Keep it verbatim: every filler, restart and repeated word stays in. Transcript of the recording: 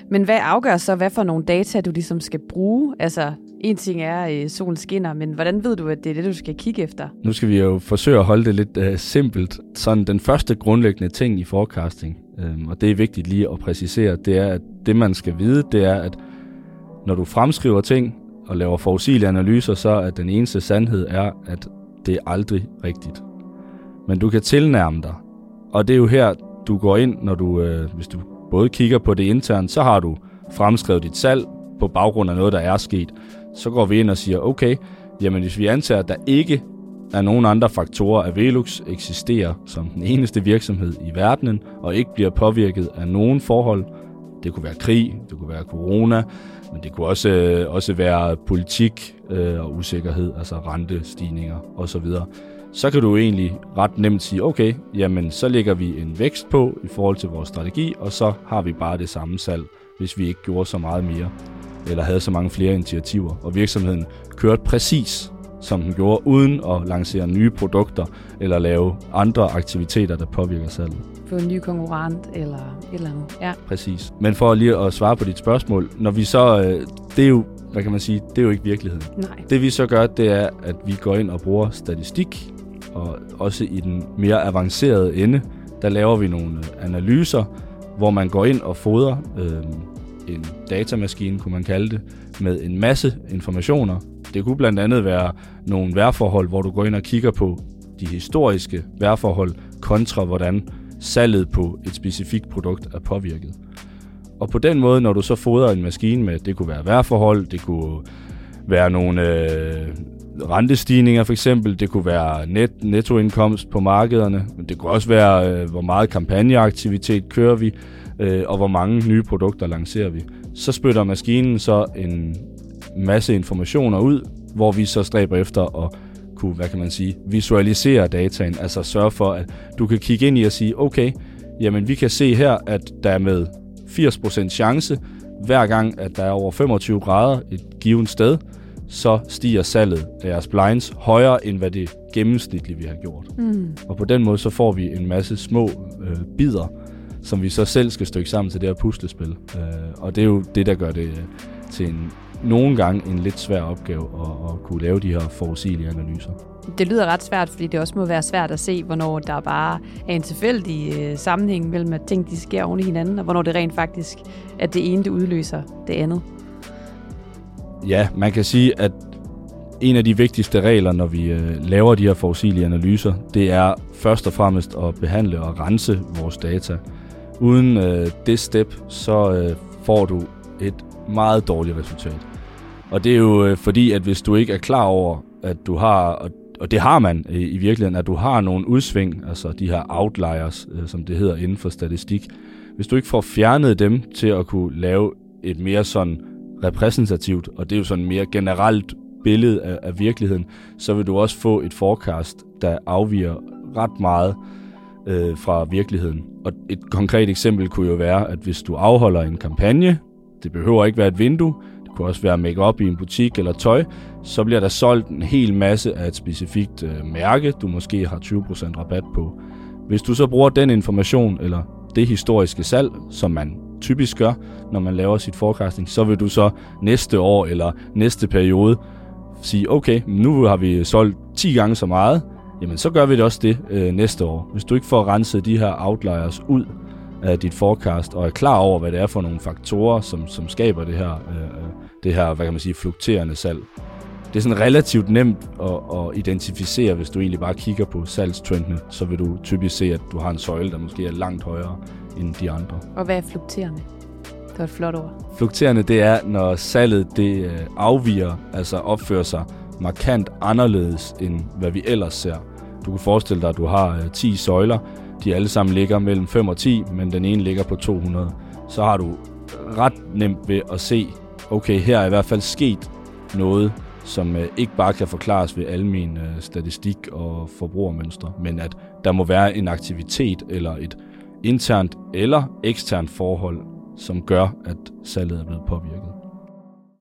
Men hvad afgør så, hvad for nogle data, du ligesom skal bruge? Altså, en ting er, at solen skinner, men hvordan ved du, at det er det, du skal kigge efter? Nu skal vi jo forsøge at holde det lidt uh, simpelt. Sådan den første grundlæggende ting i forecasting, um, og det er vigtigt lige at præcisere, det er, at det man skal vide, det er, at når du fremskriver ting og laver forudsigelige analyser, så er den eneste sandhed er, at det er aldrig rigtigt. Men du kan tilnærme dig, og det er jo her, du går ind, når du, øh, hvis du både kigger på det internt, så har du fremskrevet dit salg på baggrund af noget, der er sket. Så går vi ind og siger, okay, jamen hvis vi antager, at der ikke er nogen andre faktorer, at Velux eksisterer som den eneste virksomhed i verdenen, og ikke bliver påvirket af nogen forhold, det kunne være krig, det kunne være corona, men det kunne også, øh, også være politik øh, og usikkerhed, altså rentestigninger osv., så kan du egentlig ret nemt sige, okay, jamen så lægger vi en vækst på i forhold til vores strategi, og så har vi bare det samme salg, hvis vi ikke gjorde så meget mere, eller havde så mange flere initiativer. Og virksomheden kørte præcis, som den gjorde, uden at lancere nye produkter, eller lave andre aktiviteter, der påvirker salget. Få en ny konkurrent, eller et eller andet. Ja. Præcis. Men for lige at svare på dit spørgsmål, når vi så, det er jo, hvad kan man sige, det er jo ikke virkeligheden. Nej. Det vi så gør, det er, at vi går ind og bruger statistik, og også i den mere avancerede ende, der laver vi nogle analyser, hvor man går ind og fodrer øh, en datamaskine, kunne man kalde det, med en masse informationer. Det kunne blandt andet være nogle vejrforhold, hvor du går ind og kigger på de historiske vejrforhold, kontra hvordan salget på et specifikt produkt er påvirket. Og på den måde, når du så fodrer en maskine med, det kunne være vejrforhold, det kunne være nogle øh, rentestigninger for eksempel, det kunne være net, nettoindkomst på markederne, men det kunne også være, øh, hvor meget kampagneaktivitet kører vi, øh, og hvor mange nye produkter lancerer vi. Så spytter maskinen så en masse informationer ud, hvor vi så stræber efter at kunne, hvad kan man sige, visualisere dataen, altså sørge for, at du kan kigge ind i og sige, okay, jamen vi kan se her, at der er med firs procent chance, hver gang, at der er over femogtyve grader et givet sted, så stiger salget af jeres blinds højere, end hvad det gennemsnitligt vi har gjort. Mm. Og på den måde, så får vi en masse små øh, bidder, som vi så selv skal stykke sammen til det her puslespil. Øh, og det er jo det, der gør det øh, til en, nogle gange en lidt svær opgave at, at kunne lave de her forudsigelige analyser. Det lyder ret svært, fordi det også må være svært at se, hvornår der bare er en tilfældig øh, sammenhæng mellem, at ting de sker oven i hinanden, og hvornår det rent faktisk, at det ene det udløser det andet. Ja, man kan sige, at en af de vigtigste regler, når vi øh, laver de her forudsigelige analyser, det er først og fremmest at behandle og rense vores data. Uden øh, det step, så øh, får du et meget dårligt resultat. Og det er jo øh, fordi, at hvis du ikke er klar over, at du har, og, og det har man i, i virkeligheden, at du har nogle udsving, altså de her outliers, øh, som det hedder inden for statistik. Hvis du ikke får fjernet dem til at kunne lave et mere sådan repræsentativt, og det er jo sådan mere generelt billede af, af virkeligheden, så vil du også få et forecast, der afviger ret meget øh, fra virkeligheden. Og et konkret eksempel kunne jo være, at hvis du afholder en kampagne, det behøver ikke være et vindue, det kunne også være make-up i en butik eller tøj, så bliver der solgt en hel masse af et specifikt øh, mærke, du måske har tyve procent rabat på. Hvis du så bruger den information, eller det historiske salg, som man typisk gør, når man laver sit forecasting, så vil du så næste år eller næste periode sige, okay, nu har vi solgt ti gange så meget, jamen så gør vi det også det øh, næste år. Hvis du ikke får renset de her outliers ud af dit forecast, og er klar over, hvad det er for nogle faktorer, som, som skaber det her, øh, det her, hvad kan man sige, fluktuerende salg. Det er sådan relativt nemt at, at identificere, hvis du egentlig bare kigger på salgstrendene, så vil du typisk se, at du har en søjle, der måske er langt højere end de andre. Og hvad er fluktuerende? Det var et flot ord. Fluktuerende, det er, når salget det afviger, altså opfører sig markant anderledes, end hvad vi ellers ser. Du kan forestille dig, at du har ti søjler. De alle sammen ligger mellem fem og ti, men den ene ligger på to hundrede. Så har du ret nemt ved at se, okay, her er i hvert fald sket noget, som ikke bare kan forklares ved almen statistik og forbrugermønstre, men at der må være en aktivitet eller et internt eller eksternt forhold, som gør, at salget er blevet påvirket.